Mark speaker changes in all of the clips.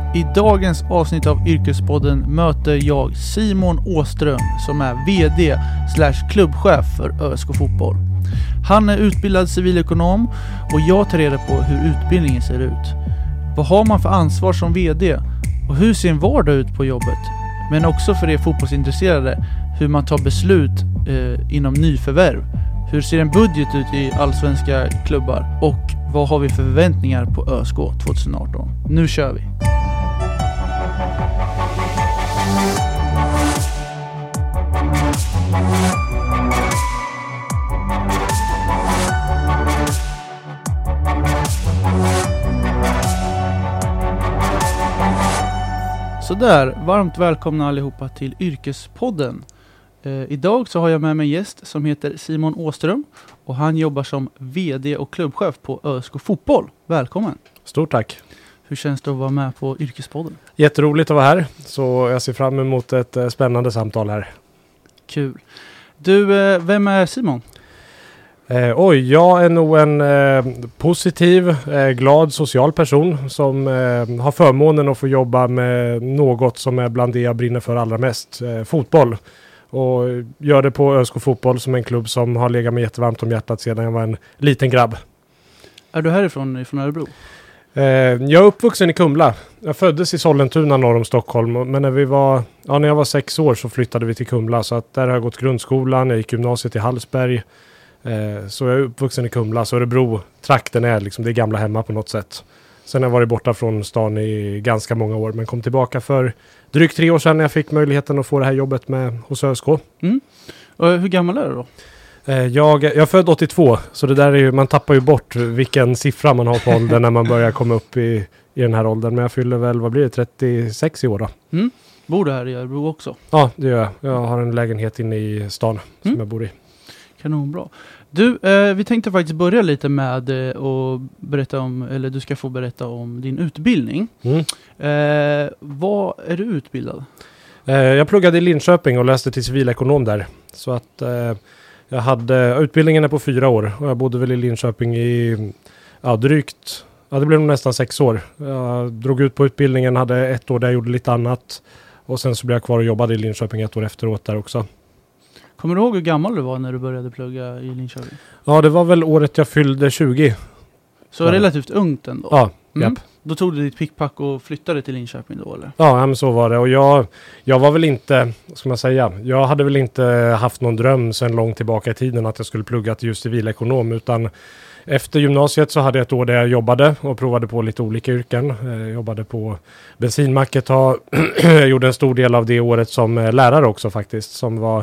Speaker 1: I dagens avsnitt av Yrkespodden möter jag Simon Åström som är VD/klubbchef för ÖSK Fotboll. Han är utbildad civilekonom och jag tar reda på hur utbildningen ser ut. Vad har man för ansvar som VD och hur ser en vardag ut på jobbet? Men också för er fotbollsintresserade hur man tar beslut inom nyförvärv. Hur ser en budget ut i allsvenska klubbar och vad har vi för förväntningar på ÖSK 2018? Nu kör vi! Så där, varmt välkomna allihopa till Yrkespodden. Idag så har jag med mig en gäst som heter Simon Åström och han jobbar som VD och klubbchef på ÖSK Fotboll. Välkommen!
Speaker 2: Stort tack!
Speaker 1: Hur känns det att vara med på Yrkespodden?
Speaker 2: Jätteroligt att vara här, så jag ser fram emot ett spännande samtal här.
Speaker 1: Kul! Du, vem är Simon?
Speaker 2: Jag är nog en positiv, glad, social person som har förmånen att få jobba med något som är bland det jag brinner för allra mest, fotboll. Och gör det på ÖSK Fotboll som en klubb som har legat mig jättevarmt om hjärtat sedan jag var en liten grabb.
Speaker 1: Är du härifrån från Örebro?
Speaker 2: Jag är uppvuxen i Kumla. Jag föddes i Sollentuna norr om Stockholm. Men när jag var 6 år så flyttade vi till Kumla. Så att där har jag gått grundskolan. Jag gick gymnasiet i Hallsberg. Så jag är uppvuxen i Kumla. Så Örebro-trakten är liksom det gamla hemma på något sätt. Sen har jag varit borta från stan i ganska många år. Men kom tillbaka för drygt 3 år sedan när jag fick möjligheten att få det här jobbet hos ÖSK.
Speaker 1: Mm. Och hur gammal är du då?
Speaker 2: Jag är född 82, så det där är ju, man tappar ju bort vilken siffra man har på åldern när man börjar komma upp i den här åldern. Men jag fyller väl, 36 i år då.
Speaker 1: Mm. Bor du här i Örebro också?
Speaker 2: Ja, det gör jag. Jag har en lägenhet inne i stan som jag bor i.
Speaker 1: Kanonbra. Du, vi tänkte faktiskt börja lite med att berätta om, eller du ska få berätta om din utbildning. Vad är du utbildad?
Speaker 2: Jag pluggade i Linköping och läste till civilekonom där. Så att utbildningen är på 4 år och jag bodde väl i Linköping i det blev nog nästan 6 år. Jag drog ut på utbildningen, hade 1 år där jag gjorde lite annat och sen så blev jag kvar och jobbade i Linköping 1 år efteråt där också.
Speaker 1: Kommer du ihåg hur gammal du var när du började plugga i Linköping?
Speaker 2: Ja, det var väl året jag fyllde 20,
Speaker 1: Så relativt ungt ändå?
Speaker 2: Ja, japp.
Speaker 1: Då tog du ditt pickpack och flyttade till Linköping då, eller?
Speaker 2: Ja, men så var det. Och jag var väl inte, vad ska man säga, jag hade väl inte haft någon dröm sedan långt tillbaka i tiden att jag skulle plugga till just civilekonom, utan efter gymnasiet så hade jag 1 år där jag jobbade och provade på lite olika yrken. Jag jobbade på bensinmack ett tag. Jag gjorde en stor del av det året som lärare också faktiskt, som var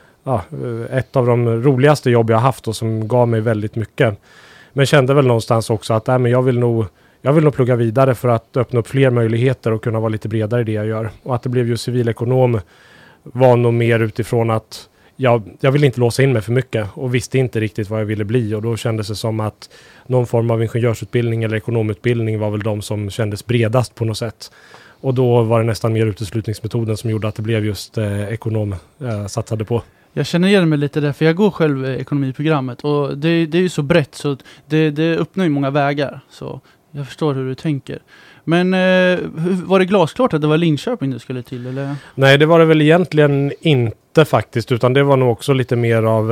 Speaker 2: ett av de roligaste jobb jag haft och som gav mig väldigt mycket. Men kände väl någonstans också att jag vill nog plugga vidare för att öppna upp fler möjligheter och kunna vara lite bredare i det jag gör. Och att det blev ju civilekonom var nog mer utifrån att jag ville inte låsa in mig för mycket och visste inte riktigt vad jag ville bli. Och då kändes det som att någon form av ingenjörsutbildning eller ekonomutbildning var väl de som kändes bredast på något sätt. Och då var det nästan mer uteslutningsmetoden som gjorde att det blev just ekonom jag satsade på.
Speaker 1: Jag känner igen mig lite där, för jag går själv ekonomiprogrammet och det är ju så brett så det öppnar ju många vägar. Så jag förstår hur du tänker. Men var det glasklart att det var Linköping du skulle till, eller? Nej,
Speaker 2: det var det väl egentligen inte faktiskt, utan det var nog också lite mer av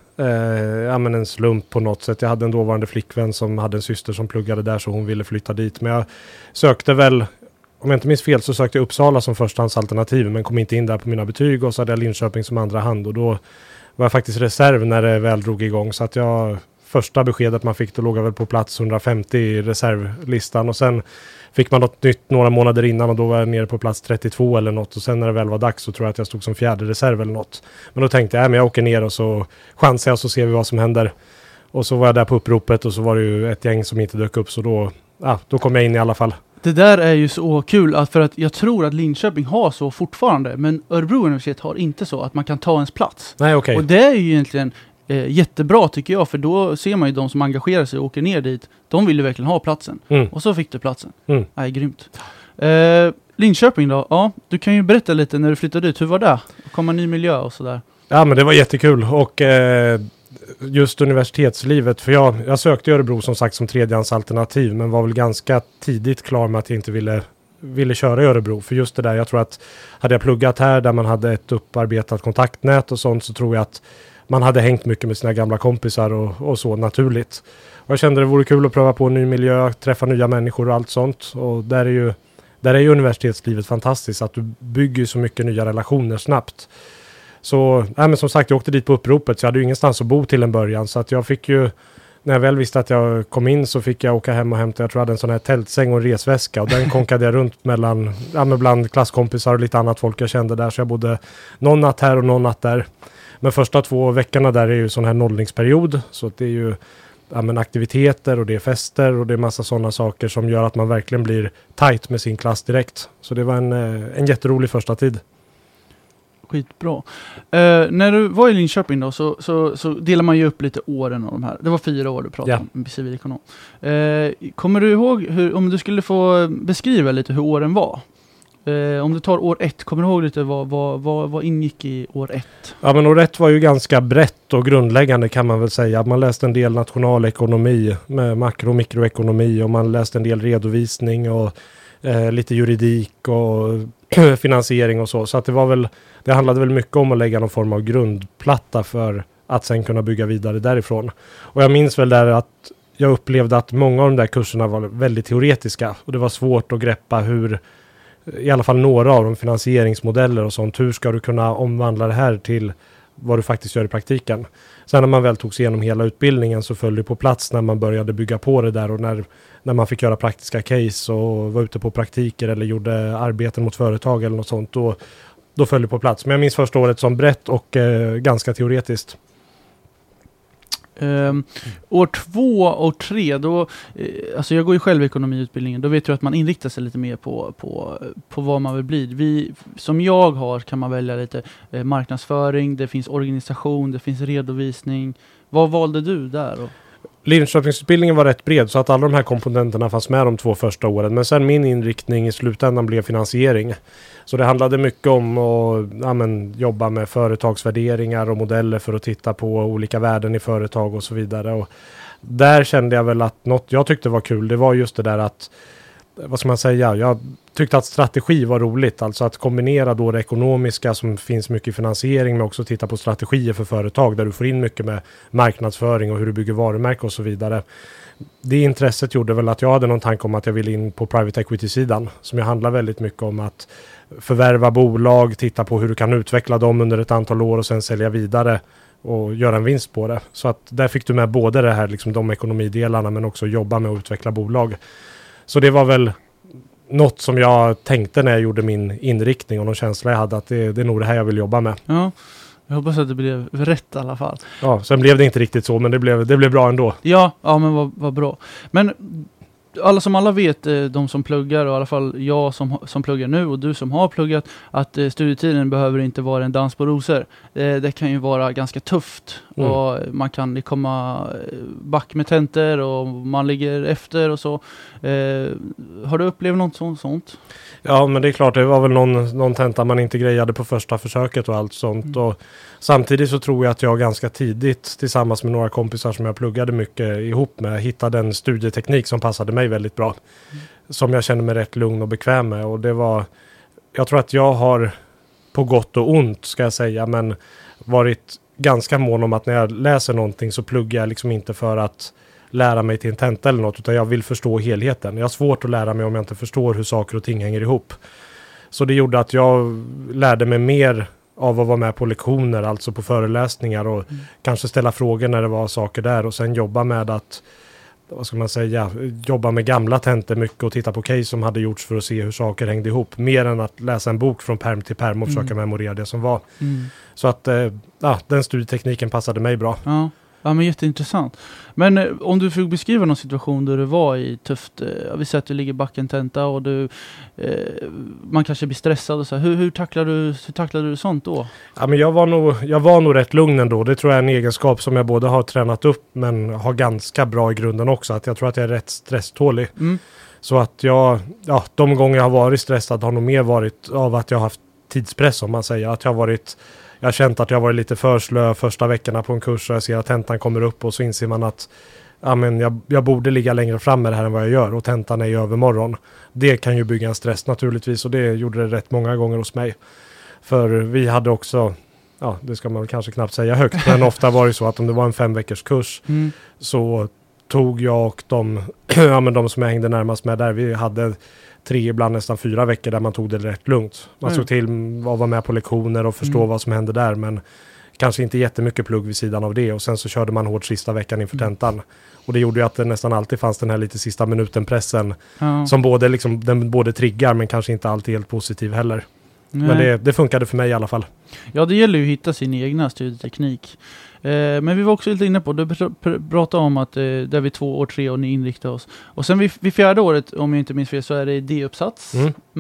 Speaker 2: en slump på något sätt. Jag hade en dåvarande flickvän som hade en syster som pluggade där så hon ville flytta dit. Men jag sökte väl, om jag inte minns fel så sökte jag Uppsala som förstahandsalternativ men kom inte in där på mina betyg och så hade jag Linköping som andra hand och då var jag faktiskt reserv när det väl drog igång så att första beskedet man fick då låg jag väl på plats 150 i reservlistan och sen fick man något nytt några månader innan och då var jag nere på plats 32 eller något och sen när det väl var dags så tror jag att jag stod som 4:e reserv eller något. Men då tänkte jag, men jag åker ner och så chansar jag och så ser vi vad som händer. Och så var jag där på uppropet och så var det ju ett gäng som inte dök upp så då kom jag in i alla fall.
Speaker 1: Det där är ju så kul för att jag tror att Linköping har så fortfarande men Örebro universitet har inte så att man kan ta ens plats.
Speaker 2: Nej, okej.
Speaker 1: Och det är ju egentligen jättebra tycker jag för då ser man ju de som engagerar sig och åker ner dit. De vill ju verkligen ha platsen. Och så fick du platsen. Nej, grymt. Linköping då? Ja, du kan ju berätta lite när du flyttade ut. Hur var det? Komma ny miljö och sådär.
Speaker 2: Ja, men det var jättekul och just universitetslivet, för jag sökte Örebro som sagt som tredjehandsalternativ men var väl ganska tidigt klar med att jag inte ville ville köra i Örebro. För just det där, jag tror att hade jag pluggat här där man hade ett upparbetat kontaktnät och sånt, så tror jag att man hade hängt mycket med sina gamla kompisar och så naturligt. Och jag kände det vore kul att pröva på en ny miljö, träffa nya människor och allt sånt. Och där är ju universitetslivet fantastiskt, att du bygger så mycket nya relationer snabbt. Så, men som sagt, jag åkte dit på uppropet, så jag hade ju ingenstans att bo till en början. Så att jag fick ju, när jag väl visste att jag kom in, så fick jag åka hem och hämta, jag tror jag hade en sån här tältsäng och en resväska. Och den konkade jag runt bland klasskompisar och lite annat folk jag kände där. Så jag bodde någon natt här och någon natt där. Men första 2 veckorna där är ju sån här nollningsperiod. Så det är ju aktiviteter och det är fester och det är massa sådana saker som gör att man verkligen blir tight med sin klass direkt. Så det var en jätterolig första tid.
Speaker 1: Skitbra. När du var i Linköping då, så delar man ju upp lite åren av de här. Det var 4 år du pratade om civilekonom. Kommer du ihåg, om du skulle få beskriva lite hur åren var? Om du tar år 1, kommer du ihåg lite vad ingick i år 1? Ja, men
Speaker 2: år 1 var ju ganska brett och grundläggande kan man väl säga. Man läste en del nationalekonomi med makro- och mikroekonomi, och man läste en del redovisning och lite juridik och finansiering och så. Så att det handlade väl mycket om att lägga någon form av grundplatta för att sen kunna bygga vidare därifrån. Och jag minns väl där att jag upplevde att många av de där kurserna var väldigt teoretiska, och det var svårt att greppa hur, i alla fall några av de finansieringsmodeller och sånt, hur ska du kunna omvandla det här till vad du faktiskt gör i praktiken. Sen när man väl tog sig igenom hela utbildningen, så föll det på plats när man började bygga på det där, och när man fick göra praktiska case och var ute på praktiker eller gjorde arbeten mot företag eller något sånt, då föll det på plats. Men jag minns första året som brett och ganska teoretiskt.
Speaker 1: År 2 och 3 då, alltså jag går ju själv i ekonomiutbildningen, då vet jag att man inriktar sig lite mer på vad man vill bli. Som jag har, kan man välja lite marknadsföring, det finns organisation, det finns redovisning. Vad valde du där då?
Speaker 2: Linköpingsutbildningen var rätt bred, så att alla de här komponenterna fanns med de 2 första åren. Men sen min inriktning i slutändan blev finansiering. Så det handlade mycket om att jobba med företagsvärderingar och modeller för att titta på olika värden i företag och så vidare. Och där kände jag väl att något jag tyckte var kul, det var just det där att, vad ska man säga, jag tyckte att strategi var roligt. Alltså att kombinera då det ekonomiska som finns mycket i finansiering, med också titta på strategier för företag där du får in mycket med marknadsföring och hur du bygger varumärke och så vidare. Det intresset gjorde väl att jag hade någon tanke om att jag ville in på private equity-sidan, som ju handlar väldigt mycket om att förvärva bolag, titta på hur du kan utveckla dem under ett antal år och sen sälja vidare och göra en vinst på det. Så att där fick du med både det här, liksom de ekonomidelarna, men också jobba med att utveckla bolag. Så det var väl något som jag tänkte när jag gjorde min inriktning, och någon känsla jag hade att det är nog det här jag vill jobba med.
Speaker 1: Ja, jag hoppas att det blev rätt i alla fall.
Speaker 2: Ja, sen blev det inte riktigt så, men det blev bra ändå.
Speaker 1: Ja men vad bra. Men alla vet, de som pluggar, och i alla fall jag som pluggar nu och du som har pluggat, att studietiden behöver inte vara en dans på rosor. Det kan ju vara ganska tufft och man kan komma back med tentor och man ligger efter och så. Har du upplevt något sånt?
Speaker 2: Ja, men det är klart, det var väl någon tenta man inte grejade på första försöket och allt sånt. Och samtidigt så tror jag att jag ganska tidigt tillsammans med några kompisar som jag pluggade mycket ihop med hittade en studieteknik som passade mig väldigt bra. Som jag kände mig rätt lugn och bekväm med. Och det var, jag tror att jag har på gott och ont, ska jag säga, men varit ganska mån om att när jag läser någonting så pluggar jag liksom inte för att lära mig till en tenta eller något, utan jag vill förstå helheten. Jag har svårt att lära mig om jag inte förstår hur saker och ting hänger ihop. Så det gjorde att jag lärde mig mer av att vara med på lektioner, alltså på föreläsningar, och kanske ställa frågor när det var saker där, och sen jobba med att, vad ska man säga, jobba med gamla tentor mycket och titta på case som hade gjorts för att se hur saker hängde ihop, mer än att läsa en bok från perm till perm och försöka memorera det som var. Så att den studietekniken passade mig bra.
Speaker 1: Ja, men jätteintressant. Men om du fick beskriva någon situation där du var i tufft, vi säger att du ligger backen tenta och man kanske blir stressad och så här. Hur tacklade du sånt då? Ja, men jag
Speaker 2: var nog rätt lugn ändå. Det tror jag är en egenskap som jag både har tränat upp men har ganska bra i grunden också. Att jag tror att jag är rätt stresstålig. Så att de gånger jag har varit stressad har nog mer varit av att jag har haft tidspress, om man säger. Att jag har känt att jag har varit lite för slö första veckorna på en kurs, och jag ser att tentan kommer upp och så inser man att ja, men jag borde ligga längre fram med det här än vad jag gör och tentan är i övermorgon. Det kan ju bygga en stress naturligtvis och det gjorde det rätt många gånger hos mig. För vi hade också, ja det ska man väl kanske knappt säga högt, men ofta var det så att om det var en 5 veckors kurs så tog jag och de som jag hängde närmast med där, vi hade 3, ibland nästan 4 veckor där man tog det rätt lugnt. Man såg till att vara med på lektioner och förstå vad som hände där, men kanske inte jättemycket plugg vid sidan av det och sen så körde man hårt sista veckan inför tentan. Och det gjorde ju att det nästan alltid fanns den här lite sista minuten-pressen som den både triggar men kanske inte alltid helt positiv heller. Nej. Men det funkade för mig i alla fall. Ja,
Speaker 1: det gäller ju att hitta sin egna studieteknik. Men vi var också lite inne på, du pratade om att där vi 2 år, 3 år ni inriktade oss. Och sen vid 4:e året, om jag inte minns fel, så är det idéuppsats.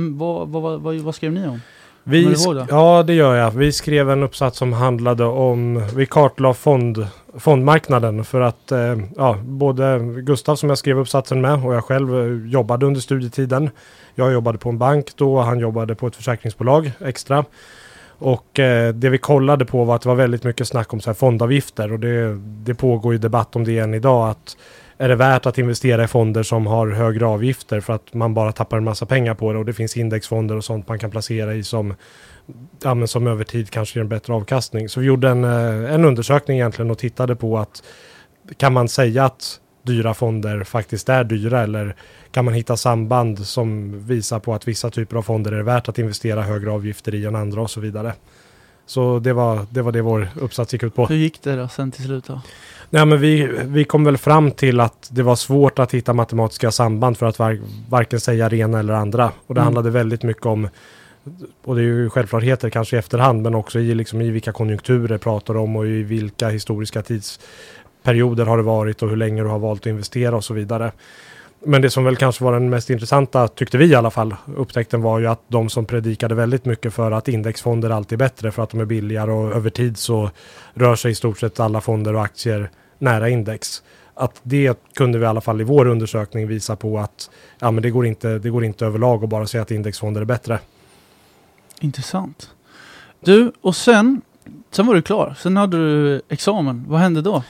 Speaker 1: Vad skrev ni om?
Speaker 2: Ja, det gör jag. Vi skrev en uppsats som handlade om, vi kartlade fondmarknaden för att både Gustav som jag skrev uppsatsen med och jag själv jobbade under studietiden. Jag jobbade på en bank då och han jobbade på ett försäkringsbolag extra. Och det vi kollade på var att det var väldigt mycket snack om så här fondavgifter och det pågår ju debatt om det än idag, att är det värt att investera i fonder som har högre avgifter för att man bara tappar en massa pengar på det, och det finns indexfonder och sånt man kan placera i som över tid kanske ger en bättre avkastning. Så vi gjorde en undersökning egentligen och tittade på att kan man säga att dyra fonder faktiskt är dyra, eller kan man hitta samband som visar på att vissa typer av fonder är värt att investera högre avgifter i än andra och så vidare. Så det var det vår uppsats gick ut på.
Speaker 1: Hur gick det då sen till slut då?
Speaker 2: Nej, men vi kom väl fram till att det var svårt att hitta matematiska samband för att varken säga det ena eller andra. Och det handlade väldigt mycket om, och det är ju självklarheter kanske i efterhand, men också i vilka konjunkturer pratar om och i vilka historiska tidsperioder har det varit och hur länge du har valt att investera och så vidare. Men det som väl kanske var den mest intressanta, tyckte vi i alla fall, upptäckten var ju att de som predikade väldigt mycket för att indexfonder alltid är bättre för att de är billigare och över tid så rör sig i stort sett alla fonder och aktier nära index. Att det kunde vi i alla fall i vår undersökning visa på att men det går inte överlag att bara säga att indexfonder är bättre.
Speaker 1: Intressant. Du, och sen var du klar. Sen hade du examen. Vad hände då?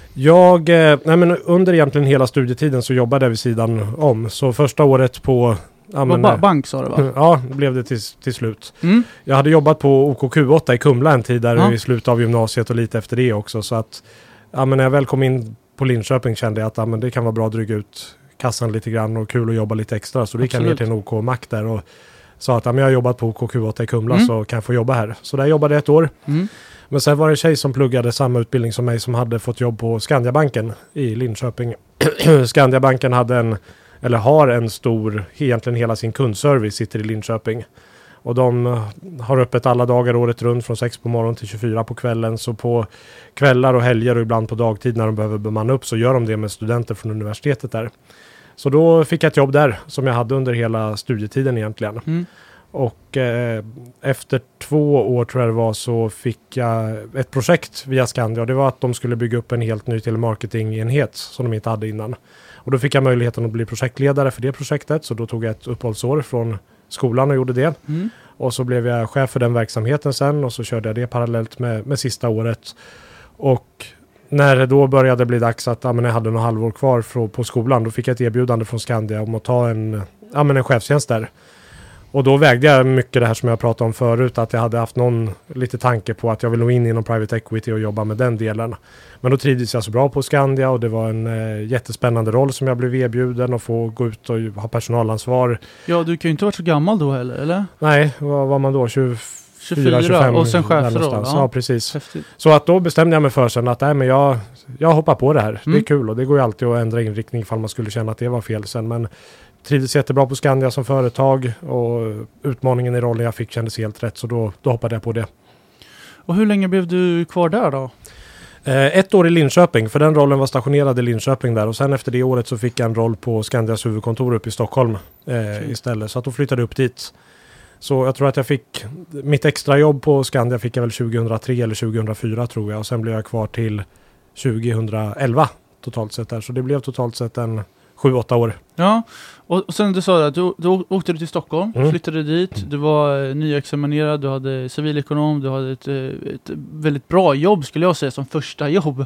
Speaker 2: Under egentligen hela studietiden så jobbade jag vid sidan om. Så första året på...
Speaker 1: bank sa du va?
Speaker 2: Ja, det blev det till slut. Jag hade jobbat på OKQ8 i Kumla en tid där i slutet av gymnasiet och lite efter det också. Så att när jag väl kom in på Linköping kände jag att det kan vara bra att dryga ut kassan lite grann och kul att jobba lite extra. Så då gick jag ner till en OK-mack där och sa att jag har jobbat på OKQ8 i Kumla så kan jag få jobba här. Så där jobbade jag 1 år. Men sen var det en tjej som pluggade samma utbildning som mig som hade fått jobb på Skandiabanken i Linköping. Skandiabanken har en stor, egentligen hela sin kundservice sitter i Linköping. Och de har öppet alla dagar året runt från 6 på morgonen till 24 på kvällen. Så på kvällar och helger och ibland på dagtid när de behöver bemanna upp så gör de det med studenter från universitetet där. Så då fick jag ett jobb där som jag hade under hela studietiden egentligen. Och efter 2 år tror jag det var så fick jag ett projekt via Skandia. Och det var att de skulle bygga upp en helt ny telemarketingenhet som de inte hade innan. Och då fick jag möjligheten att bli projektledare för det projektet. Så då tog jag ett uppehållsår från skolan och gjorde det. Och så blev jag chef för den verksamheten sen. Och så körde jag det parallellt med sista året. Och när det då började bli dags att jag hade några halvår kvar på skolan. Då fick jag ett erbjudande från Skandia om att ta en chefstjänst där. Och då vägde jag mycket det här som jag pratade om förut, att jag hade haft lite tanke på att jag vill nå in inom private equity och jobba med den delen. Men då trivdes jag så bra på Skandia och det var en jättespännande roll som jag blev erbjuden att få gå ut och ha personalansvar.
Speaker 1: Ja, du kan ju inte vara så gammal då heller, eller?
Speaker 2: Nej, vad var man då? 24-25
Speaker 1: och sen chefsroll.
Speaker 2: Ja, precis. Häftigt. Så att då bestämde jag mig för sen att jag hoppar på det här. Det är kul och det går ju alltid att ändra inriktning ifall man skulle känna att det var fel sen. Men trivdes jättebra på Skandia som företag och utmaningen i rollen jag fick kändes helt rätt, så då hoppade jag på det.
Speaker 1: Och hur länge blev du kvar där då?
Speaker 2: 1 år i Linköping, för den rollen var stationerad i Linköping där, och sen efter det året så fick jag en roll på Skandias huvudkontor uppe i Stockholm istället, så att då flyttade jag upp dit. Så jag tror att jag fick mitt extra jobb på Skandia fick jag väl 2003 eller 2004 tror jag, och sen blev jag kvar till 2011 totalt sett där, så det blev totalt sett en 7-8 år.
Speaker 1: Ja, och sen du sa att du åkte till Stockholm, flyttade dit, du var nyexaminerad, du hade civilekonom, du hade ett väldigt bra jobb skulle jag säga som första jobb.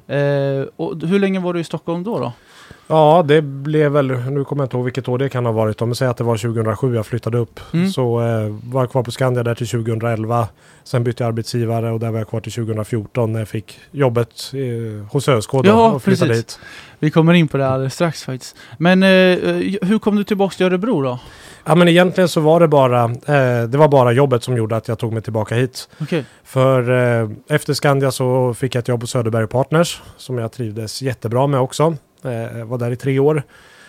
Speaker 1: Och hur länge var du i Stockholm då?
Speaker 2: Ja, det blev väl, nu kommer jag inte ihåg vilket år det kan ha varit. Om jag säger att det var 2007 jag flyttade upp. Så var jag kvar på Skandia där till 2011. Sen bytte jag arbetsgivare och där var jag kvar till 2014 när jag fick jobbet hos ÖSK då och flyttade dit.
Speaker 1: Vi kommer in på det alldeles strax faktiskt. Men hur kom du tillbaka till Örebro då?
Speaker 2: Ja, men egentligen så var det var bara jobbet som gjorde att jag tog mig tillbaka hit.
Speaker 1: Okay.
Speaker 2: För efter Skandia så fick jag ett jobb på Söderberg Partners som jag trivdes jättebra med också. Var där i 3 år.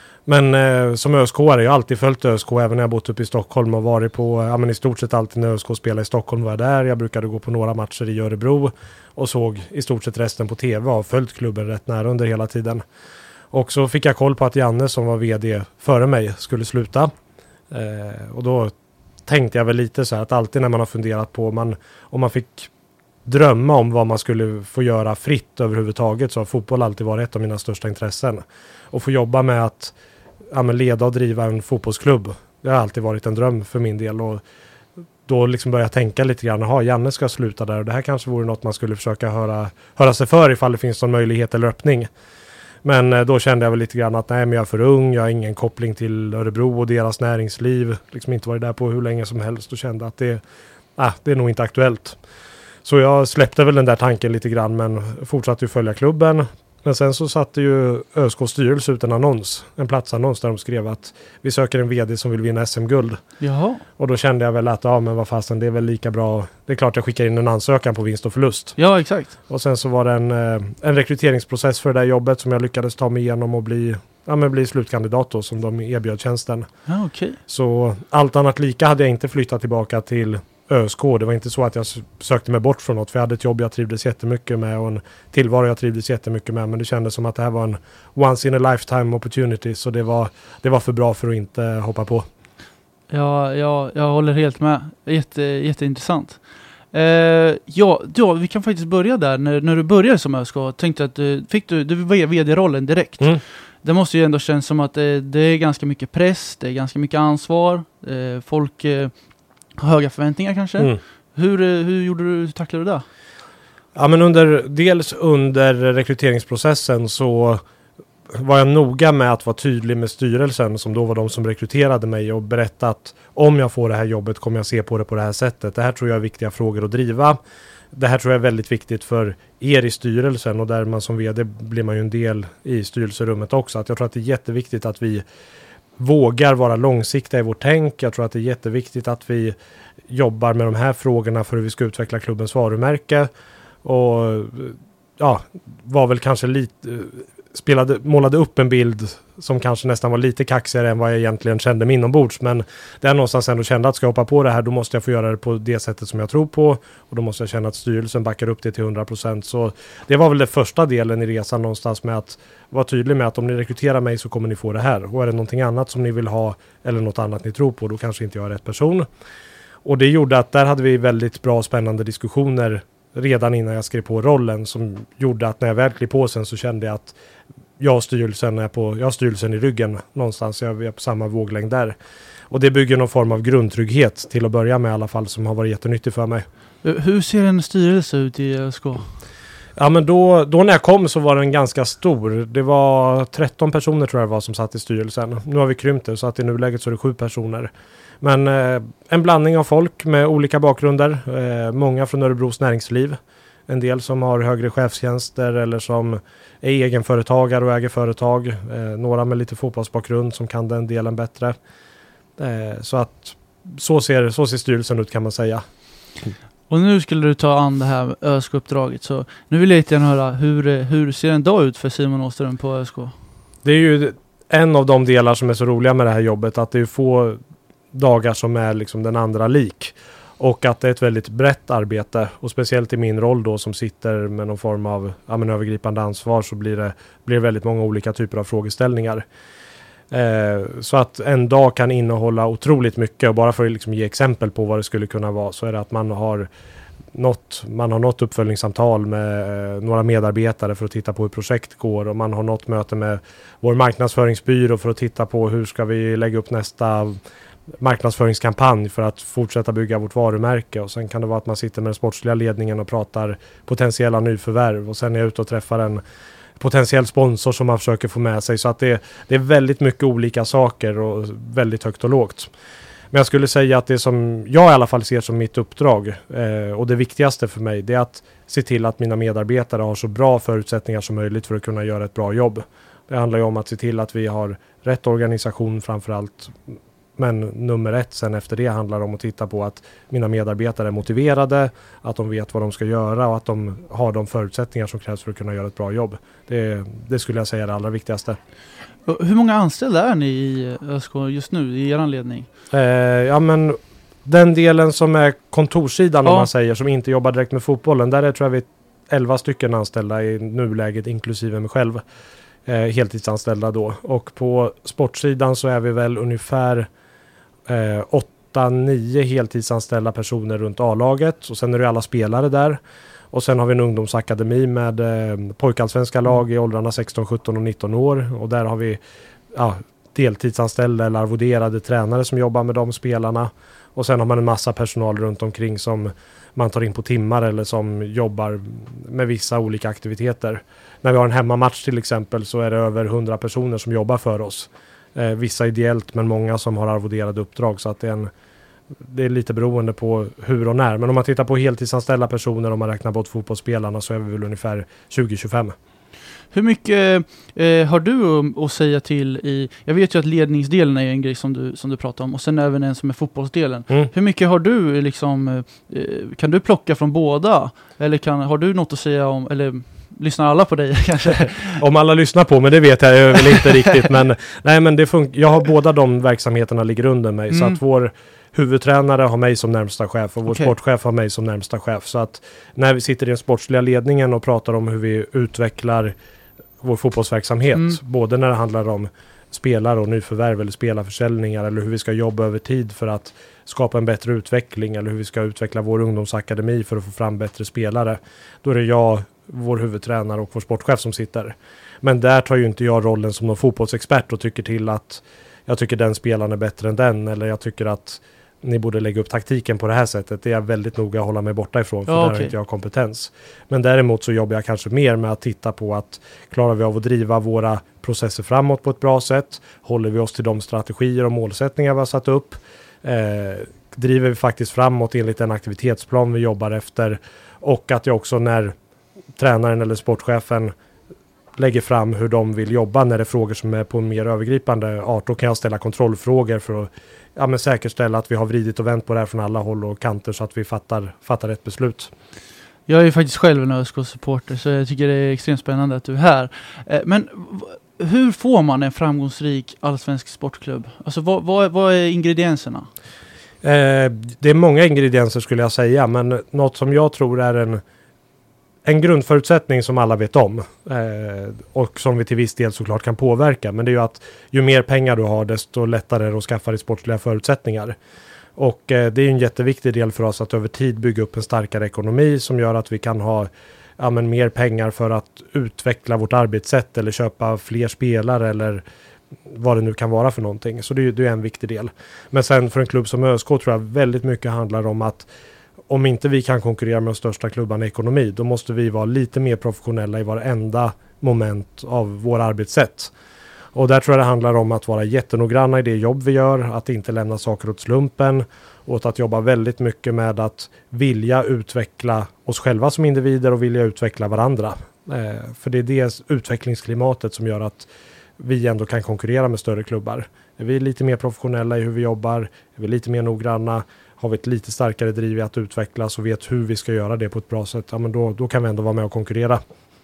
Speaker 2: Men som ÖSK har jag alltid följt ÖSK även när jag bott uppe i Stockholm och varit på, i stort sett alltid när ÖSK spelade i Stockholm var jag där. Jag brukade gå på några matcher i Örebro och såg i stort sett resten på tv och följt klubben rätt nära under hela tiden. Och så fick jag koll på att Janne som var vd före mig skulle sluta. Och då tänkte jag väl lite så här att alltid när man har funderat på om man fick drömma om vad man skulle få göra fritt överhuvudtaget så har fotboll alltid varit ett av mina största intressen. Och få jobba med att leda och driva en fotbollsklubb, det har alltid varit en dröm för min del. Och då liksom började jag tänka lite grann, Janne ska sluta där och det här kanske vore något man skulle försöka höra sig för ifall det finns någon möjlighet eller öppning. Men då kände jag väl lite grann att nej, men jag är för ung, jag har ingen koppling till Örebro och deras näringsliv, liksom inte varit där på hur länge som helst och kände att det är nog inte aktuellt. Så jag släppte väl den där tanken lite grann men fortsatte ju följa klubben. Men sen så satte ju ÖSKs styrelse ut en platsannons där de skrev att vi söker en vd som vill vinna SM-guld.
Speaker 1: Jaha. Och
Speaker 2: då kände jag väl att men vad fasen, det är väl lika bra. Det är klart jag skickar in en ansökan på vinst och förlust.
Speaker 1: Ja, exakt.
Speaker 2: Och sen så var det en rekryteringsprocess för det där jobbet som jag lyckades ta mig igenom och bli slutkandidat då som de erbjöd tjänsten.
Speaker 1: Ja, okej.
Speaker 2: Så allt annat lika hade jag inte flyttat tillbaka till ÖSK. Det var inte så att jag sökte mig bort från något. För jag hade ett jobb jag trivdes jättemycket med och en tillvaro jag trivdes jättemycket med. Men det kändes som att det här var en once in a lifetime opportunity. Så det var för bra för att inte hoppa på.
Speaker 1: Ja, jag håller helt med. Jätteintressant. Vi kan faktiskt börja där. När du började som ÖSK, tänkte att du var vd-rollen direkt. Det måste ju ändå kännas som att det är ganska mycket press, det är ganska mycket ansvar. Folk höga förväntningar kanske. Hur tacklade du det? Ja, men under rekryteringsprocessen så var jag noga med att vara tydlig med styrelsen som då var de som rekryterade mig och berätta att om jag får det här jobbet kommer jag se på det här sättet. Det här tror jag är viktiga frågor att driva. Det här tror jag är väldigt viktigt för er i styrelsen och där man som vd blir man ju en del i styrelserummet också. Att jag tror att det är jätteviktigt att vi vågar vara långsiktiga i vårt tänk. Jag tror att det är jätteviktigt att vi jobbar med de här frågorna för hur vi ska utveckla klubbens varumärke. Och var väl kanske lite målade upp en bild som kanske nästan var lite kaxigare än vad jag egentligen kände mig inombords. Men det är någonstans ändå kände att ska jag hoppa på det här, då måste jag få göra det på det sättet som jag tror på. Och då måste jag känna att styrelsen backar upp det till 100%. Så det var väl den första delen i resan någonstans med att vara tydlig med att om ni rekryterar mig så kommer ni få det här. Och är det någonting annat som ni vill ha eller något annat ni tror på, då kanske inte jag är rätt person. Och det gjorde att där hade vi väldigt bra och spännande diskussioner redan innan jag skrev på rollen som gjorde att när jag väl klev på sen så kände jag att jag har styrelsen i ryggen någonstans. Jag är på samma våglängd där. Och det bygger någon form av grundtrygghet till att börja med i alla fall som har varit jättenyttig för mig. Hur ser en styrelse ut i ÖSK?
Speaker 2: Ja, men då när jag kom så var den ganska stor. Det var 13 personer tror jag var som satt i styrelsen. Nu har vi krympt det så att i nuläget så är det 7 personer. Men en blandning av folk med olika bakgrunder. Många från Örebros näringsliv. En del som har högre chefstjänster eller som är egenföretagare och äger företag. Några med lite fotbollsbakgrund som kan den delen bättre. Så att så ser styrelsen ut kan man säga.
Speaker 1: Och nu skulle du ta an det här ÖSK-uppdraget. Så nu vill jag lite gärna höra, hur ser en dag ut för Simon Åström på ÖSK? Det är
Speaker 2: ju en av de delar som är så roliga med det här jobbet. Att det är få dagar som är liksom den andra lik. Och att det är ett väldigt brett arbete. Och speciellt i min roll då som sitter med någon form av övergripande ansvar så blir det väldigt många olika typer av frågeställningar. Så att en dag kan innehålla otroligt mycket. Och bara för att liksom ge exempel på vad det skulle kunna vara så är det att man har man har något uppföljningssamtal med några medarbetare för att titta på hur projekt går, och man har något möte med vår marknadsföringsbyrå för att titta på hur ska vi lägga upp nästa marknadsföringskampanj för att fortsätta bygga vårt varumärke. Och sen kan det vara att man sitter med den sportsliga ledningen och pratar potentiella nyförvärv, och sen är jag ute och träffar en potentiell sponsor som man försöker få med sig. Så att det är väldigt mycket olika saker och väldigt högt och lågt. Men jag skulle säga att det som jag i alla fall ser som mitt uppdrag och det viktigaste för mig, det är att se till att mina medarbetare har så bra förutsättningar som möjligt för att kunna göra ett bra jobb. Det handlar ju om att se till att vi har rätt organisation framförallt. Men nummer ett sen efter det handlar om att titta på att mina medarbetare är motiverade, att de vet vad de ska göra och att de har de förutsättningar som krävs för att kunna göra ett bra jobb. Det skulle jag säga är det allra viktigaste.
Speaker 1: Hur många anställda är ni i ÖSK just nu i er anledning?
Speaker 2: Ja, men den delen som är kontorssidan om man säger, som inte jobbar direkt med fotbollen, där är tror jag vi 11 stycken anställda i nuläget inklusive mig själv. Heltidsanställda då. Och på sportsidan så är vi väl ungefär 8-9 heltidsanställda personer runt A-laget, och sen är det alla spelare där. Och sen har vi en ungdomsakademi med pojkallsvenska lag i åldrarna 16, 17 och 19 år. Och där har vi deltidsanställda eller arvoderade tränare som jobbar med de spelarna. Och sen har man en massa personal runt omkring som man tar in på timmar eller som jobbar med vissa olika aktiviteter. När vi har en hemmamatch till exempel så är det över 100 personer som jobbar för oss. Vissa ideellt, men många som har arvoderade uppdrag, så att det är lite beroende på hur och när. Men om man tittar på heltidsanställda personer, om man räknar bort fotbollsspelarna, så är vi väl ungefär 20-25.
Speaker 1: Hur mycket har du att säga till i... Jag vet ju att ledningsdelen är en grej som du pratar om, och sen även en som är fotbollsdelen. Hur mycket har du liksom... kan du plocka från båda? Eller har du något att säga om... Eller lyssnar alla på dig kanske?
Speaker 2: Om alla lyssnar på mig, det vet jag väl inte riktigt. Men jag har båda de verksamheterna ligger under mig. Så att vår huvudtränare har mig som närmsta chef och vår sportchef har mig som närmsta chef. Så att när vi sitter i den sportsliga ledningen och pratar om hur vi utvecklar vår fotbollsverksamhet, både när det handlar om spelare och nyförvärv eller spelarförsäljningar, eller hur vi ska jobba över tid för att skapa en bättre utveckling, eller hur vi ska utveckla vår ungdomsakademi för att få fram bättre spelare, då är det jag, vår huvudtränare och vår sportchef som sitter. Men där tar ju inte jag rollen som någon fotbollsexpert och tycker till att jag tycker den spelaren är bättre än den, eller jag tycker att ni borde lägga upp taktiken på det här sättet. Det är jag väldigt noga att hålla mig borta ifrån, för där har inte jag kompetens. Men däremot så jobbar jag kanske mer med att titta på att klarar vi av att driva våra processer framåt på ett bra sätt? Håller vi oss till de strategier och målsättningar vi har satt upp? Driver vi faktiskt framåt enligt den aktivitetsplan vi jobbar efter? Och att jag också, när tränaren eller sportchefen lägger fram hur de vill jobba när det är frågor som är på en mer övergripande art, då kan jag ställa kontrollfrågor för att säkerställa att vi har vridit och vänt på det här från alla håll och kanter, så att vi fattar ett beslut. Jag
Speaker 1: är faktiskt själv en ÖSK-supporter, så jag tycker det är extremt spännande att du är här. Men hur får man en framgångsrik allsvensk sportklubb? Alltså vad är ingredienserna?
Speaker 2: Det är många ingredienser skulle jag säga, men något som jag tror är en grundförutsättning som alla vet om och som vi till viss del såklart kan påverka, men det är ju att ju mer pengar du har, desto lättare är det att skaffa dig sportsliga förutsättningar. Och det är en jätteviktig del för oss att över tid bygga upp en starkare ekonomi som gör att vi kan ha mer pengar för att utveckla vårt arbetssätt eller köpa fler spelare eller vad det nu kan vara för någonting. Så det är en viktig del. Men sen för en klubb som ÖSK tror jag väldigt mycket handlar om att om inte vi kan konkurrera med de största klubbarna i ekonomi, då måste vi vara lite mer professionella i varenda moment av vår arbetssätt. Och där tror jag det handlar om att vara jättenoggranna i det jobb vi gör, att inte lämna saker åt slumpen, och att jobba väldigt mycket med att vilja utveckla oss själva som individer och vilja utveckla varandra. För det är det utvecklingsklimatet som gör att vi ändå kan konkurrera med större klubbar. Är vi lite mer professionella i hur vi jobbar, är vi lite mer noggranna, har vi ett lite starkare driv i att utvecklas och vet hur vi ska göra det på ett bra sätt, men då kan vi ändå vara med och konkurrera.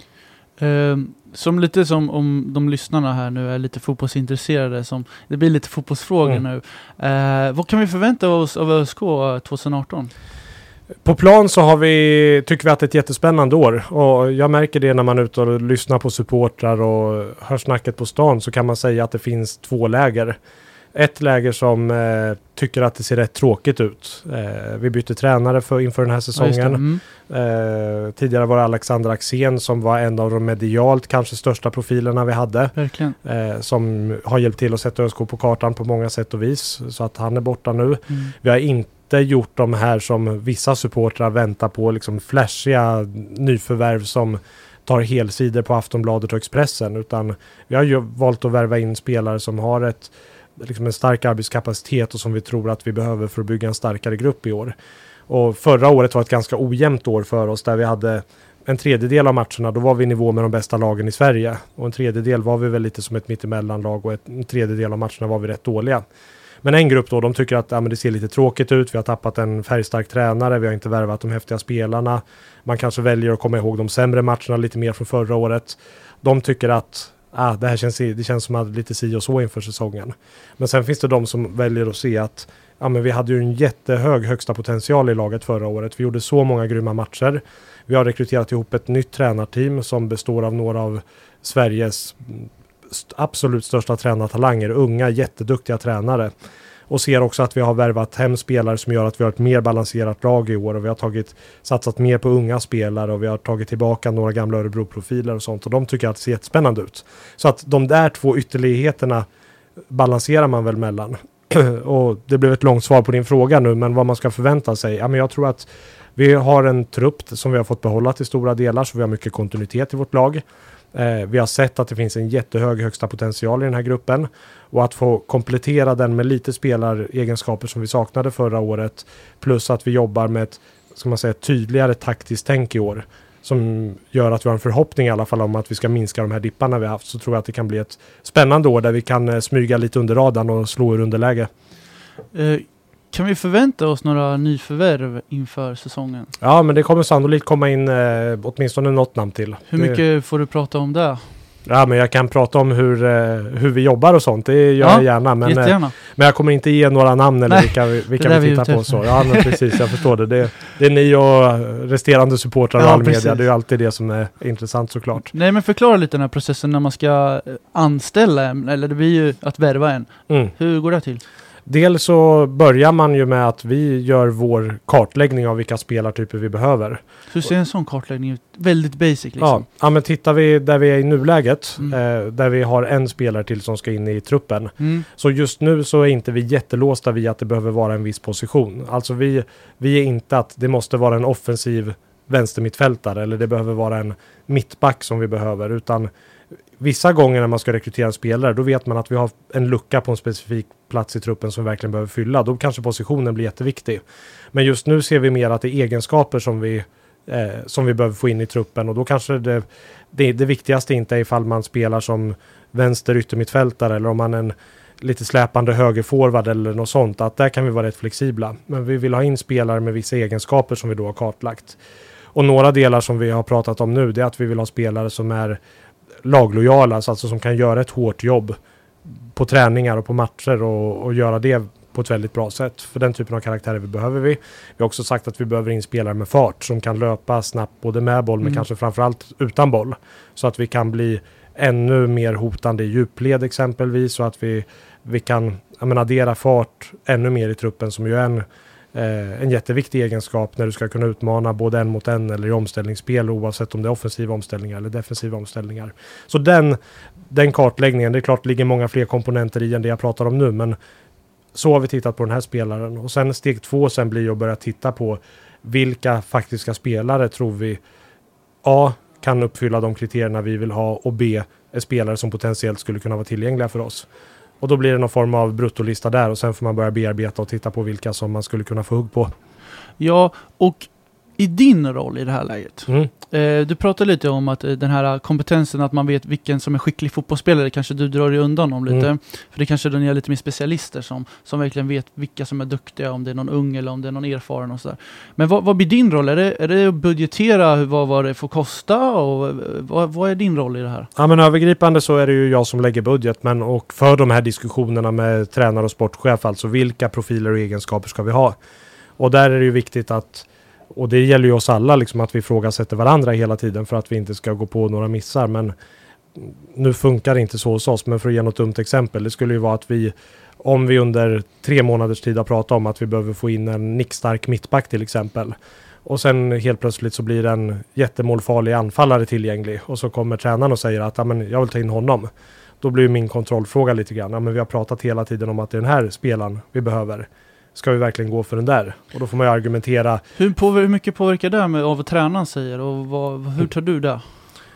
Speaker 1: Som om de lyssnarna här nu är lite fotbollsintresserade, det blir lite fotbollsfrågor nu. Vad kan vi förvänta oss av ÖSK 2018?
Speaker 2: På plan så tycker vi att det är ett jättespännande år, och jag märker det när man är ute och lyssnar på supportrar och hör snacket på stan, så kan man säga att det finns två läger. ett läger som tycker att det ser rätt tråkigt ut. Vi bytte tränare inför den här säsongen. Tidigare var det Alexander Axén som var en av de medialt kanske största profilerna vi hade.
Speaker 1: Verkligen.
Speaker 2: Som har hjälpt till att sätta ÖSK på kartan på många sätt och vis. Så att han är borta nu. Vi har inte gjort de här som vissa supportrar väntar på, liksom flashiga nyförvärv som tar helsidor på Aftonbladet och Expressen, utan vi har ju valt att värva in spelare som har en stark arbetskapacitet och som vi tror att vi behöver för att bygga en starkare grupp i år. Och förra året var ett ganska ojämnt år för oss, där vi hade en tredjedel av matcherna, då var vi i nivå med de bästa lagen i Sverige, och en tredjedel var vi väl lite som ett mittemellanlag, och en tredjedel av matcherna var vi rätt dåliga. Men en grupp då, de tycker att det ser lite tråkigt ut. Vi har tappat en färgstark tränare. Vi har inte värvat de häftiga spelarna. Man kanske väljer att komma ihåg de sämre matcherna lite mer från förra året. De tycker att det känns som att lite si och så inför säsongen. Men sen finns det de som väljer att se att vi hade ju en jättehög högsta potential i laget förra året. Vi gjorde så många grymma matcher. Vi har rekryterat ihop ett nytt tränarteam som består av några av Sveriges absolut största tränartalanger, unga jätteduktiga tränare, och ser också att vi har värvat hem spelare som gör att vi har ett mer balanserat lag i år, och vi har satsat mer på unga spelare, och vi har tagit tillbaka några gamla Örebro-profiler och sånt, och de tycker att det ser jättespännande ut. Så att de där två ytterligheterna balanserar man väl mellan. Och det blev ett långt svar på din fråga nu, men vad man ska förvänta sig. Jag tror att vi har en trupp som vi har fått behålla till stora delar, så vi har mycket kontinuitet i vårt lag. Vi har sett att det finns en jättehög högsta potential i den här gruppen, och att få komplettera den med lite spelaregenskaper som vi saknade förra året, plus att vi jobbar med ett tydligare taktiskt tänk i år, som gör att vi har en förhoppning i alla fall om att vi ska minska de här dipparna vi har haft. Så tror jag att det kan bli ett spännande år där vi kan smyga lite under radarn och slå ur underläge.
Speaker 1: Kan vi förvänta oss några nyförvärv inför säsongen?
Speaker 2: Ja, men det kommer sannolikt komma in åtminstone något namn till.
Speaker 1: Hur mycket får du prata om det?
Speaker 2: Ja, men jag kan prata om hur vi jobbar och sånt. Det gör jag gärna. Men jag kommer inte ge några namn eller vilka vi tittar på. Så. Ja, men precis, jag förstår det. Det är ni och resterande supportrar och all media. Det är ju alltid det som är intressant såklart.
Speaker 1: Nej, men förklara lite den här processen när man ska anställa en, eller det blir ju att värva en. Hur går det till? Dels
Speaker 2: så börjar man ju med att vi gör vår kartläggning av vilka spelartyper vi behöver.
Speaker 1: Hur ser en sån kartläggning ut? Väldigt basic liksom.
Speaker 2: Ja, men tittar vi där vi är i nuläget, där vi har en spelare till som ska in i truppen. Så just nu så är inte vi jättelåsta vid att det behöver vara en viss position. Alltså vi är inte att det måste vara en offensiv vänstermittfältare eller det behöver vara en mittback som vi behöver, utan vissa gånger när man ska rekrytera en spelare, då vet man att vi har en lucka på en specifik plats i truppen som vi verkligen behöver fylla. Då kanske positionen blir jätteviktig. Men just nu ser vi mer att det är egenskaper som vi behöver få in i truppen, och då kanske det viktigaste inte är ifall man spelar som vänster yttermittfältare eller om man är en lite släpande högerforward eller något sånt, att där kan vi vara rätt flexibla. Men vi vill ha in spelare med vissa egenskaper som vi då har kartlagt. Och några delar som vi har pratat om nu, det är att vi vill ha spelare som är laglojala, alltså som kan göra ett hårt jobb på träningar och på matcher och göra det på ett väldigt bra sätt. För den typen av karaktärer behöver vi. Vi har också sagt att vi behöver in spelare med fart som kan löpa snabbt både med boll men kanske framförallt utan boll. Så att vi kan bli ännu mer hotande i djupled exempelvis, så att vi kan addera fart ännu mer i truppen, som ju är en jätteviktig egenskap när du ska kunna utmana både en mot en eller i omställningsspel, oavsett om det är offensiva omställningar eller defensiva omställningar. Så den kartläggningen, det är klart ligger många fler komponenter i än det jag pratar om nu, men så har vi tittat på den här spelaren. Och sen steg 2 sen blir att börja titta på vilka faktiska spelare tror vi A kan uppfylla de kriterierna vi vill ha, och B är spelare som potentiellt skulle kunna vara tillgängliga för oss. Och då blir det någon form av bruttolista där, och sen får man börja bearbeta och titta på vilka som man skulle kunna få hugg på.
Speaker 1: Ja, och i din roll i det här läget, du pratar lite om att den här kompetensen, att man vet vilken som är skicklig fotbollsspelare, kanske du drar dig undan om lite. För det kanske är lite mer specialister som verkligen vet vilka som är duktiga, om det är någon ung eller om det är någon erfaren och sådär. Men vad blir din roll? Är det att budgetera vad det får kosta, och vad är din roll i det här?
Speaker 2: Ja, men övergripande så är det ju jag som lägger budget, och för de här diskussionerna med tränare och sportchef, alltså vilka profiler och egenskaper ska vi ha? Och där är det ju viktigt och det gäller ju oss alla, liksom, att vi ifrågasätter varandra hela tiden för att vi inte ska gå på några missar. Men nu funkar det inte så hos oss. Men för att ge något dumt exempel, det skulle ju vara att om vi under 3 månaders tid har pratat om att vi behöver få in en nickstark mittback till exempel. Och sen helt plötsligt så blir en jättemålfarlig anfallare tillgänglig. Och så kommer tränaren och säger att jag vill ta in honom. Då blir min kontrollfråga lite grann. Men vi har pratat hela tiden om att det är den här spelaren vi behöver. Ska vi verkligen gå för den där? Och då får man ju argumentera.
Speaker 1: Hur mycket påverkar det av vad tränaren säger? Och hur tar du det?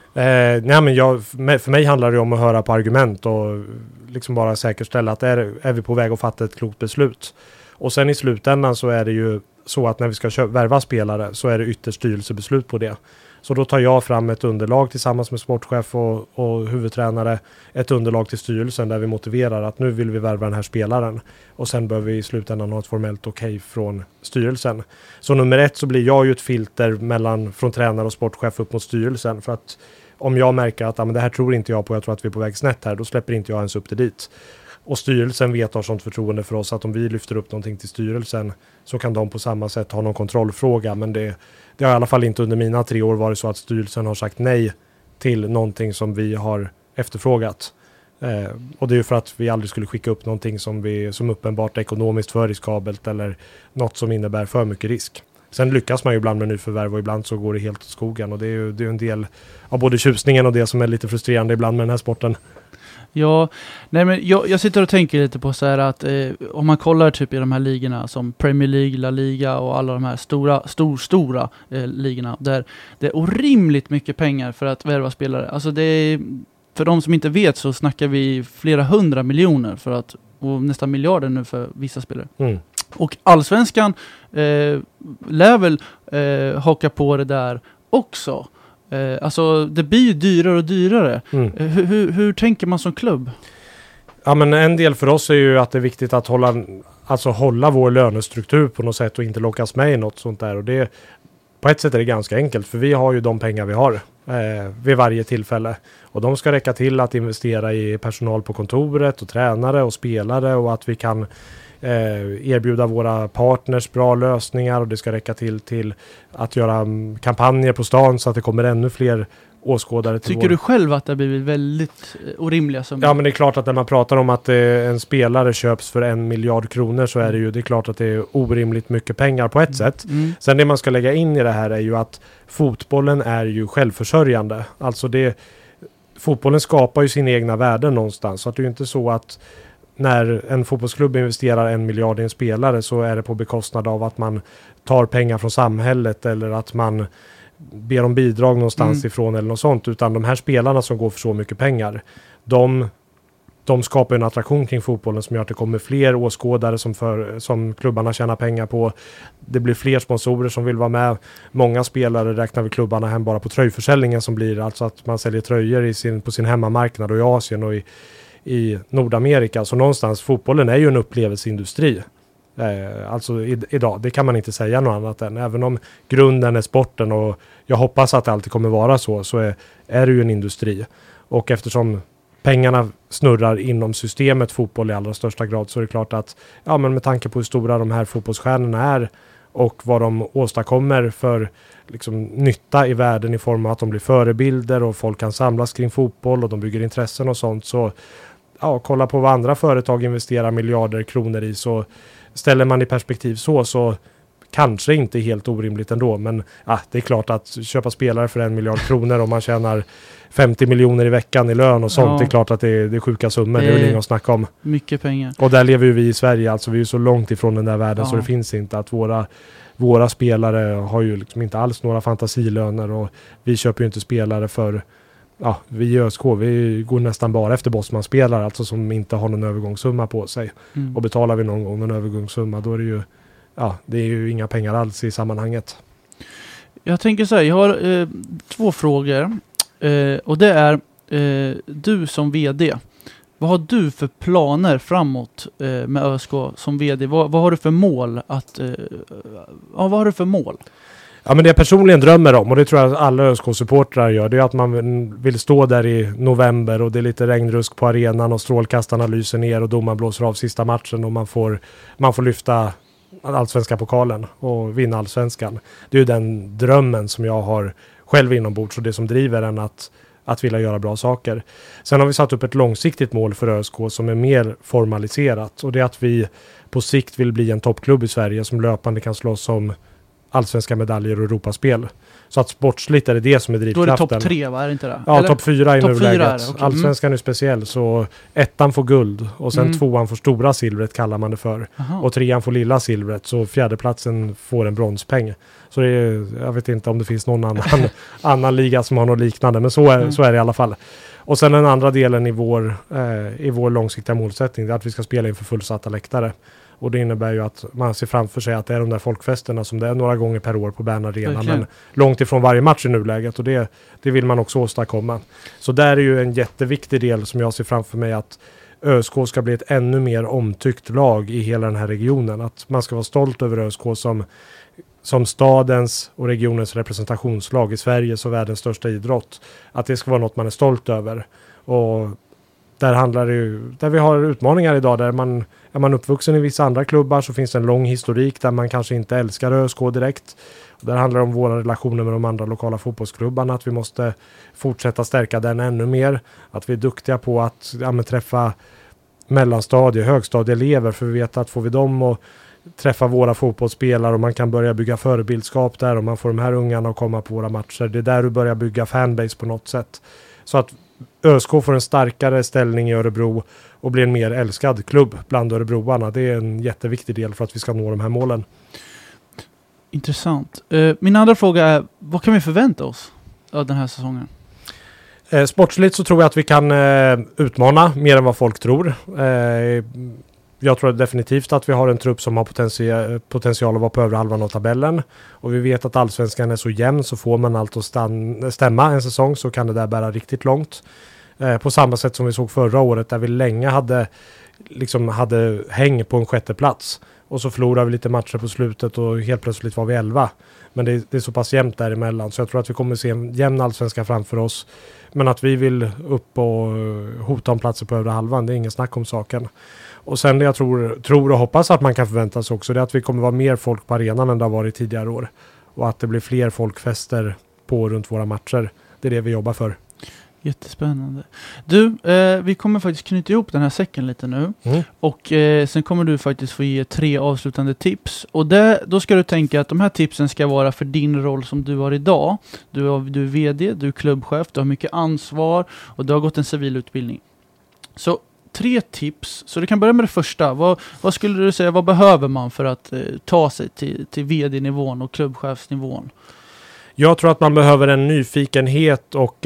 Speaker 2: För mig handlar det om att höra på argument och liksom bara säkerställa att är vi på väg att fatta ett klokt beslut. Och sen i slutändan så är det ju så att när vi ska värva spelare så är det ytterst styrelsebeslut på det. Så då tar jag fram ett underlag tillsammans med sportchef och huvudtränare, ett underlag till styrelsen där vi motiverar att nu vill vi värva den här spelaren. Och sen behöver vi i slutändan ha ett formellt okej från styrelsen. Så nummer 1 så blir jag ju ett filter från tränare och sportchef upp mot styrelsen. För att om jag märker att det här tror inte jag på, jag tror att vi är på väg snett här, då släpper inte jag ens upp det dit. Och styrelsen vet har sånt förtroende för oss att om vi lyfter upp någonting till styrelsen så kan de på samma sätt ha någon kontrollfråga. Men det har i alla fall inte under mina 3 år varit så att styrelsen har sagt nej till någonting som vi har efterfrågat. Och det är ju för att vi aldrig skulle skicka upp någonting som uppenbart är ekonomiskt för riskabelt eller något som innebär för mycket risk. Sen lyckas man ju ibland med nyförvärv och ibland så går det helt åt skogen. Och det är ju en del av både tjusningen och det som är lite frustrerande ibland med den här sporten.
Speaker 1: Ja, nej men jag sitter och tänker lite på så här att om man kollar typ i de här ligorna som Premier League, La Liga och alla de här stora ligorna där det är orimligt mycket pengar för att värva spelare. Alltså det är, för de som inte vet så snackar vi flera 100 miljoner och nästan miljarder nu för vissa spelare. Mm. Och Allsvenskan lär väl haka på det där också. Alltså det blir ju dyrare och dyrare. Mm. Hur tänker man som klubb?
Speaker 2: Ja, men en del för oss är ju att det är viktigt att hålla vår lönestruktur på något sätt och inte lockas med i något sånt där. Och det, på ett sätt är det ganska enkelt för vi har ju de pengar vi har vid varje tillfälle. Och de ska räcka till att investera i personal på kontoret och tränare och spelare och att vi kan erbjuda våra partners bra lösningar och det ska räcka till att göra kampanjer på stan så att det kommer ännu fler åskådare till.
Speaker 1: Tycker du själv att det har blivit väldigt orimliga summor?
Speaker 2: Ja, men det är klart att när man pratar om att en spelare köps för 1 miljard kronor så är det är klart att det är orimligt mycket pengar på ett sätt. Mm. Sen det man ska lägga in i det här är ju att fotbollen är ju självförsörjande. Alltså fotbollen skapar ju sina egna värden någonstans så att det är ju inte så att när en fotbollsklubb investerar 1 miljard i en spelare så är det på bekostnad av att man tar pengar från samhället eller att man ber om bidrag någonstans ifrån eller något sånt. Utan de här spelarna som går för så mycket pengar, de skapar en attraktion kring fotbollen som gör att det kommer fler åskådare som klubbarna tjänar pengar på. Det blir fler sponsorer som vill vara med. Många spelare räknar vi klubbarna hem bara på tröjförsäljningen som blir alltså att man säljer tröjor på sin hemmamarknad och i Asien och i Nordamerika. Så någonstans, fotbollen är ju en upplevelseindustri. Alltså idag, det kan man inte säga något annat än. Även om grunden är sporten och jag hoppas att det alltid kommer vara så är det ju en industri. Och eftersom pengarna snurrar inom systemet fotboll i allra största grad så är det klart att men med tanke på hur stora de här fotbollsstjärnorna är och vad de åstadkommer för nytta i världen i form av att de blir förebilder och folk kan samlas kring fotboll och de bygger intressen och sånt. Så kolla på vad andra företag investerar miljarder kronor i, så ställer man i perspektiv så kanske inte helt orimligt ändå. Men det är klart att köpa spelare för 1 miljard kronor och man tjänar 50 miljoner i veckan i lön och sånt, det är klart att det är sjuka summor. Det är väl inget att snacka om.
Speaker 1: Mycket pengar.
Speaker 2: Och där lever ju vi i Sverige, alltså vi är ju så långt ifrån den där världen så det finns inte att våra spelare har ju inte alls några fantasilöner och vi köper ju inte spelare för vi i ÖSK, vi går nästan bara efter Bosman-spelare, alltså som inte har någon övergångssumma på sig. Och betalar vi någon gång en övergångssumma, då är det ju inga pengar alls i sammanhanget.
Speaker 1: Jag tänker så här, jag har 2 frågor och det är du som vd. Vad har du för planer framåt med ÖSK som vd? Vad har du för mål vad har du för mål?
Speaker 2: Ja, men det jag personligen drömmer om, och det tror jag alla ÖSK-supportrar gör, det är att man vill stå där i november och det är lite regnrusk på arenan och strålkastarna lyser ner och domaren blåser av sista matchen och man får lyfta allsvenska pokalen och vinna allsvenskan. Det är ju den drömmen som jag har själv inombords och det som driver en att att vilja göra bra saker. Sen har vi satt upp ett långsiktigt mål för ÖSK som är mer formaliserat, och det är att vi på sikt vill bli en toppklubb i Sverige som löpande kan slåss om allsvenska medaljer och Europaspel. Så att sportsligt är det som är drivkraften.
Speaker 1: Då är det topp 3, va? Är det inte det?
Speaker 2: Ja, topp 4 i nuläget.
Speaker 1: Okay.
Speaker 2: Allsvenskan är speciell, så 1:an får guld och sen 2:an får stora silvret, kallar man det för.
Speaker 1: Aha.
Speaker 2: Och 3:an får lilla silvret, så 4:e-platsen får en bronspeng. Så det är, jag vet inte om det finns någon annan liga som har något liknande, men så är det i alla fall. Och sen den andra delen i vår långsiktiga målsättning är att vi ska spela inför fullsatta läktare. Och det innebär ju att man ser framför sig att det är de där folkfesterna som det är några gånger per år på Bern Arena, men långt ifrån varje match i nuläget, och det vill man också åstadkomma. Så där är ju en jätteviktig del som jag ser framför mig, att ÖSK ska bli ett ännu mer omtyckt lag i hela den här regionen. Att man ska vara stolt över ÖSK som stadens och regionens representationslag i Sverige, så världens största idrott. Att det ska vara något man är stolt över. Och där handlar det ju, där vi har utmaningar idag, där är man uppvuxen i vissa andra klubbar så finns det en lång historik där man kanske inte älskar ÖSK direkt. Och där handlar det om våra relationer med de andra lokala fotbollsklubbarna, att vi måste fortsätta stärka den ännu mer. Att vi är duktiga på att träffa högstadieelever, för vi vet att får vi dem och träffa våra fotbollsspelare och man kan börja bygga förebildskap där och man får de här ungarna att komma på våra matcher. Det är där du börjar bygga fanbase på något sätt. Så att ÖSK får en starkare ställning i Örebro och blir en mer älskad klubb bland örebroarna. Det är en jätteviktig del för att vi ska nå de här målen.
Speaker 1: Intressant. Min andra fråga är, vad kan vi förvänta oss av den här säsongen?
Speaker 2: Sportsligt så tror jag att vi kan utmana mer än vad folk tror. Jag tror definitivt att vi har en trupp som har potential att vara på övre halvan av tabellen. Och vi vet att allsvenskan är så jämn, så får man allt att stämma en säsong så kan det där bära riktigt långt. På samma sätt som vi såg förra året, där vi länge hade häng på en 6:e plats. Och så förlorade vi lite matcher på slutet och helt plötsligt var vi 11. Men det är så pass jämnt däremellan, så jag tror att vi kommer se en jämn allsvenska framför oss. Men att vi vill upp och hota om platser på övre halvan, det är ingen snack om saken. Och sen det jag tror och hoppas att man kan förvänta sig också, det är att vi kommer vara mer folk på arenan än det har varit tidigare år. Och att det blir fler folkfester runt våra matcher. Det är det vi jobbar för.
Speaker 1: Jättespännande. Du, vi kommer faktiskt knyta ihop den här säcken lite nu. Och sen kommer du faktiskt få ge 3 avslutande tips. Och då ska du tänka att de här tipsen ska vara för din roll som du har idag. Du är vd, du är klubbchef, du har mycket ansvar och du har gått en civilutbildning. Så 3 tips. Så du kan börja med det första. Vad skulle du säga, vad behöver man för att ta sig till vd-nivån och klubbchefsnivån?
Speaker 2: Jag tror att man behöver en nyfikenhet och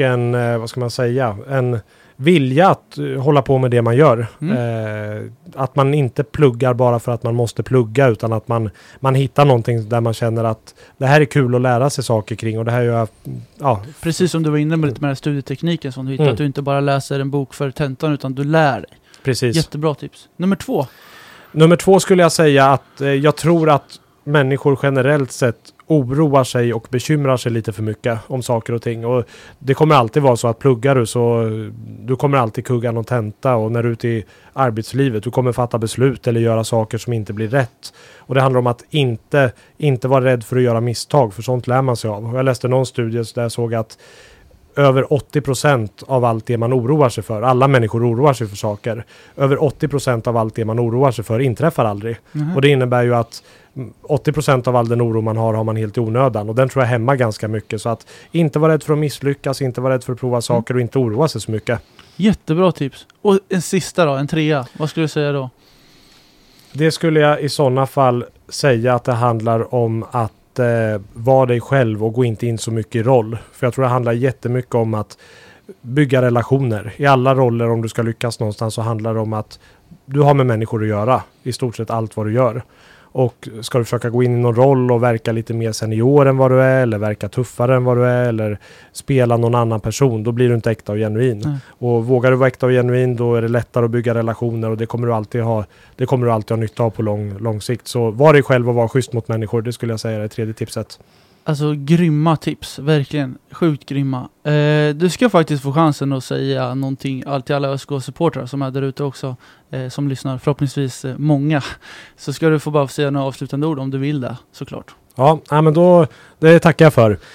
Speaker 2: en vilja att hålla på med det man gör. Att man inte pluggar bara för att man måste plugga, utan att man hittar någonting där man känner att det här är kul att lära sig saker kring. Och det här gör
Speaker 1: Precis som du var inne med lite med studietekniken som du hittar, att du inte bara läser en bok för tentan utan du lär dig.
Speaker 2: Precis.
Speaker 1: Jättebra tips. Nummer 2 skulle jag säga att jag tror att människor generellt sett oroar sig och bekymrar sig lite för mycket om saker och ting. Och det kommer alltid vara så att pluggar du så du kommer alltid kugga någon tenta, och när du är ute i arbetslivet du kommer fatta beslut eller göra saker som inte blir rätt. Och det handlar om att inte vara rädd för att göra misstag, för sånt lär man sig av. Och jag läste någon studie där jag såg att över 80% av allt det man oroar sig för, alla människor oroar sig för saker, över 80% av allt det man oroar sig för inträffar aldrig. Och det innebär ju att 80% av all den oro man har man helt i onödan, och den tror jag hämmar ganska mycket. Så att inte vara rädd för att misslyckas, inte vara rädd för att prova saker och inte oroa sig så mycket. Jättebra tips. Och en sista då, en 3. Vad skulle du säga då?
Speaker 2: Det skulle jag i sådana fall säga att det handlar om att vara dig själv och gå inte in så mycket i roll. För jag tror det handlar jättemycket om att bygga relationer. I alla roller, om du ska lyckas någonstans, så handlar det om att du har med människor att göra i stort sett allt vad du gör. Och ska du försöka gå in i någon roll och verka lite mer senior än vad du är, eller verka tuffare än vad du är, eller spela någon annan person, då blir du inte äkta och genuin. Och vågar du vara äkta och genuin, då är det lättare att bygga relationer, och det kommer du alltid ha nytta av på lång sikt. Så var dig själv och var schysst mot människor, det skulle jag säga är det 3:e tipset.
Speaker 1: Alltså grymma tips, verkligen sjukt grymma. Du ska faktiskt få chansen att säga någonting till alla ÖSK-supportrar som är där ute också, som lyssnar, förhoppningsvis många. Så ska du få bara säga några avslutande ord om du vill det, såklart.
Speaker 2: Ja, men då det tackar jag för.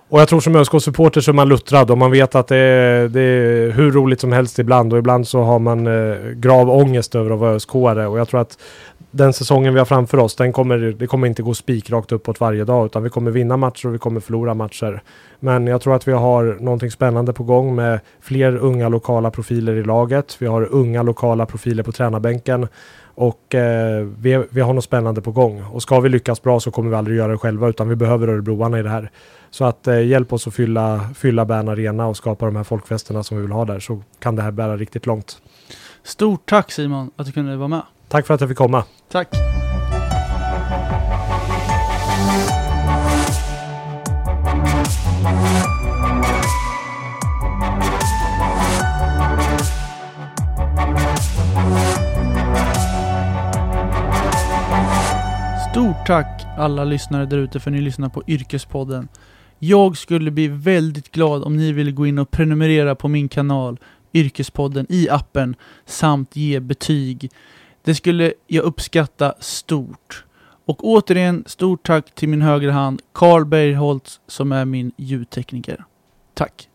Speaker 2: Och jag tror som ÖSK-supporter så är man luttrad och man vet att det är hur roligt som helst ibland. Och ibland så har man grav ångest över att vara ÖSK-are. Och jag tror att den säsongen vi har framför oss, det kommer inte gå spikrakt uppåt varje dag. Utan vi kommer vinna matcher och vi kommer förlora matcher. Men jag tror att vi har någonting spännande på gång med fler unga lokala profiler i laget. Vi har unga lokala profiler på tränarbänken. Och vi har något spännande på gång. Och ska vi lyckas bra så kommer vi aldrig göra det själva, utan vi behöver Örebroarna i det här. Så att hjälp oss att fylla Bern Arena och skapa de här folkfesterna som vi vill ha där, så kan det här bära riktigt långt.
Speaker 1: Stort tack Simon att du kunde vara med.
Speaker 2: Tack för att jag fick komma.
Speaker 1: Tack. Stort tack alla lyssnare där ute för att ni lyssnar på Yrkespodden. Jag skulle bli väldigt glad om ni ville gå in och prenumerera på min kanal Yrkespodden i appen samt ge betyg. Det skulle jag uppskatta stort. Och återigen stort tack till min högra hand Carl Bergholtz som är min ljudtekniker. Tack.